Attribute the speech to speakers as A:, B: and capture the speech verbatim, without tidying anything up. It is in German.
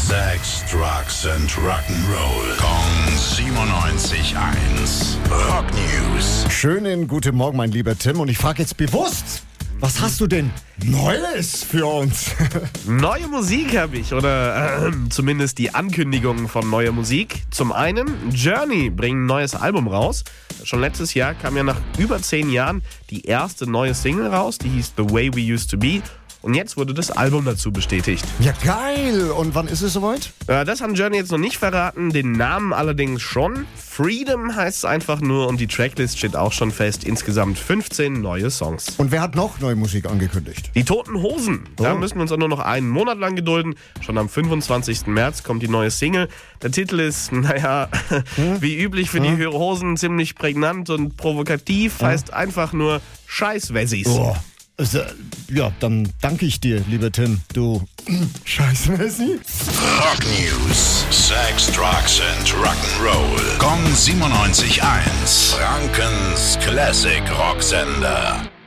A: Sex, Drugs and Rock'n'Roll. Kong siebenundneunzig Komma eins. Rock News.
B: Schönen guten Morgen, mein lieber Tim. Und ich frage jetzt bewusst, was hast du denn Neues für uns?
C: Neue Musik habe ich, oder äh, zumindest die Ankündigungen von neuer Musik. Zum einen, Journey bringen ein neues Album raus. Schon letztes Jahr kam ja nach über zehn Jahren die erste neue Single raus, die hieß The Way We Used to Be. Und jetzt wurde das Album dazu bestätigt.
B: Ja, geil. Und wann ist es soweit?
C: Äh, das haben Journey jetzt noch nicht verraten, den Namen allerdings schon. Freedom heißt es einfach nur und die Tracklist steht auch schon fest. Insgesamt fünfzehn neue Songs.
B: Und wer hat noch neue Musik angekündigt?
C: Die Toten Hosen. Da
B: Oh.
C: müssen wir uns auch nur noch einen Monat lang gedulden. Schon am fünfundzwanzigsten März kommt die neue Single. Der Titel ist, naja, hm? wie üblich für hm? die Hosen ziemlich prägnant und provokativ. Hm? Heißt einfach nur Scheiß-Wessis.
B: Oh. Also, ja, dann danke ich dir, lieber Tim. Du Scheiß-Messi.
A: Rock News. Sex, Drugs and Rock'n'Roll. Kong siebenundneunzig Komma eins. Frankens Classic Rocksender.